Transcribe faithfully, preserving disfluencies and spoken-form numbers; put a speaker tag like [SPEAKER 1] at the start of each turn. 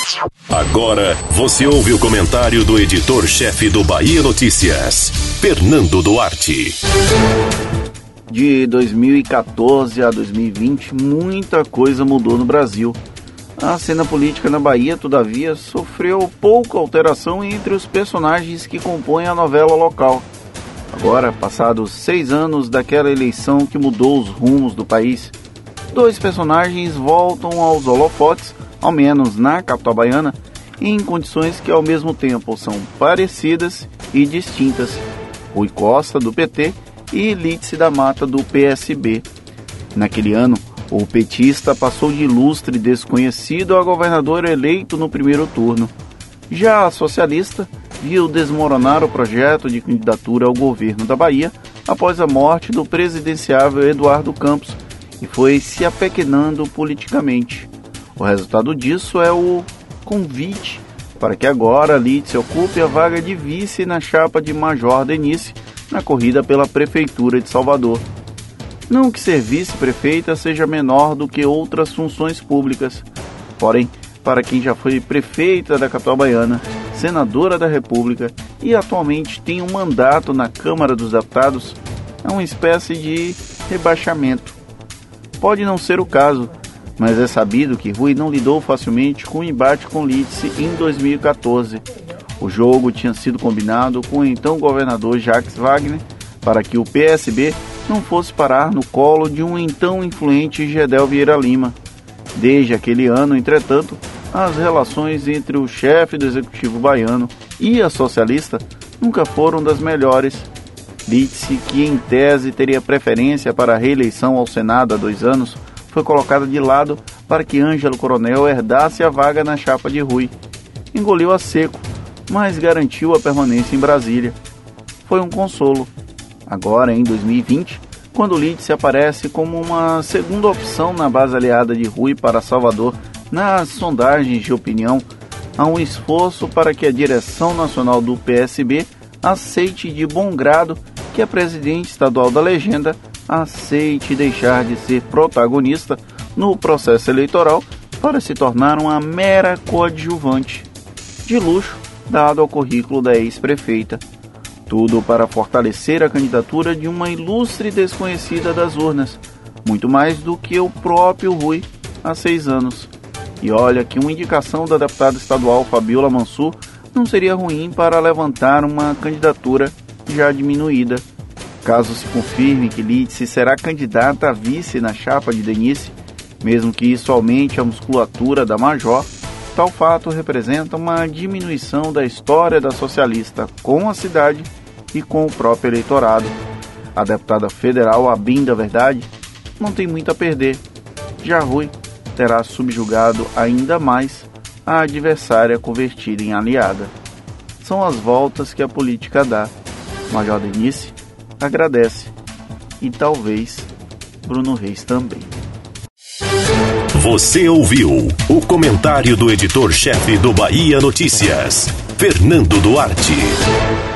[SPEAKER 1] Agora você ouve o comentário do editor-chefe do Bahia Notícias, Fernando Duarte.
[SPEAKER 2] De dois mil e quatorze a dois mil e vinte, muita coisa mudou no Brasil. A cena política na Bahia, todavia, sofreu pouca alteração entre os personagens que compõem a novela local. Agora, passados seis anos daquela eleição que mudou os rumos do país, dois personagens voltam aos holofotes, ao menos na capital baiana, em condições que ao mesmo tempo são parecidas e distintas. Rui Costa, do P T, e Lídice da Mata, do P S B. Naquele ano, o petista passou de ilustre desconhecido a governador eleito no primeiro turno. Já a socialista viu desmoronar o projeto de candidatura ao governo da Bahia após a morte do presidenciável Eduardo Campos e foi se apequenando politicamente. O resultado disso é o convite para que agora Lídice ocupe a vaga de vice na chapa de Major Denise na corrida pela Prefeitura de Salvador. Não que ser vice-prefeita seja menor do que outras funções públicas, porém, para quem já foi prefeita da capital baiana, senadora da República e atualmente tem um mandato na Câmara dos Deputados, é uma espécie de rebaixamento. Pode não ser o caso, mas é sabido que Rui não lidou facilmente com o embate com Lídice em dois mil e quatorze. O jogo tinha sido combinado com o então governador Jacques Wagner para que o P S B não fosse parar no colo de um então influente Gedel Vieira Lima. Desde aquele ano, entretanto, as relações entre o chefe do executivo baiano e a socialista nunca foram das melhores. Lídice, que em tese teria preferência para a reeleição ao Senado há dois anos, foi colocada de lado para que Ângelo Coronel herdasse a vaga na chapa de Rui. Engoliu a seco, mas garantiu a permanência em Brasília. Foi um consolo. Agora, em dois mil e vinte, quando Lídice aparece como uma segunda opção na base aliada de Rui para Salvador nas sondagens de opinião, há um esforço para que a direção nacional do P S B aceite de bom grado que a presidente estadual da legenda aceite deixar de ser protagonista no processo eleitoral para se tornar uma mera coadjuvante. De luxo, dado ao currículo da ex-prefeita. Tudo para fortalecer a candidatura de uma ilustre desconhecida das urnas, muito mais do que o próprio Rui há seis anos. E olha que uma indicação da deputada estadual Fabiola Mansur não seria ruim para levantar uma candidatura já diminuída. Caso se confirme que Lídice será candidata a vice na chapa de Denise, mesmo que isso aumente a musculatura da Major, tal fato representa uma diminuição da história da socialista com a cidade e com o próprio eleitorado. A deputada federal, a bem da verdade, não tem muito a perder. Já Rui terá subjugado ainda mais a adversária convertida em aliada. São as voltas que a política dá. Major Denise agradece e talvez Bruno Reis também.
[SPEAKER 1] Você ouviu o comentário do editor-chefe do Bahia Notícias, Fernando Duarte.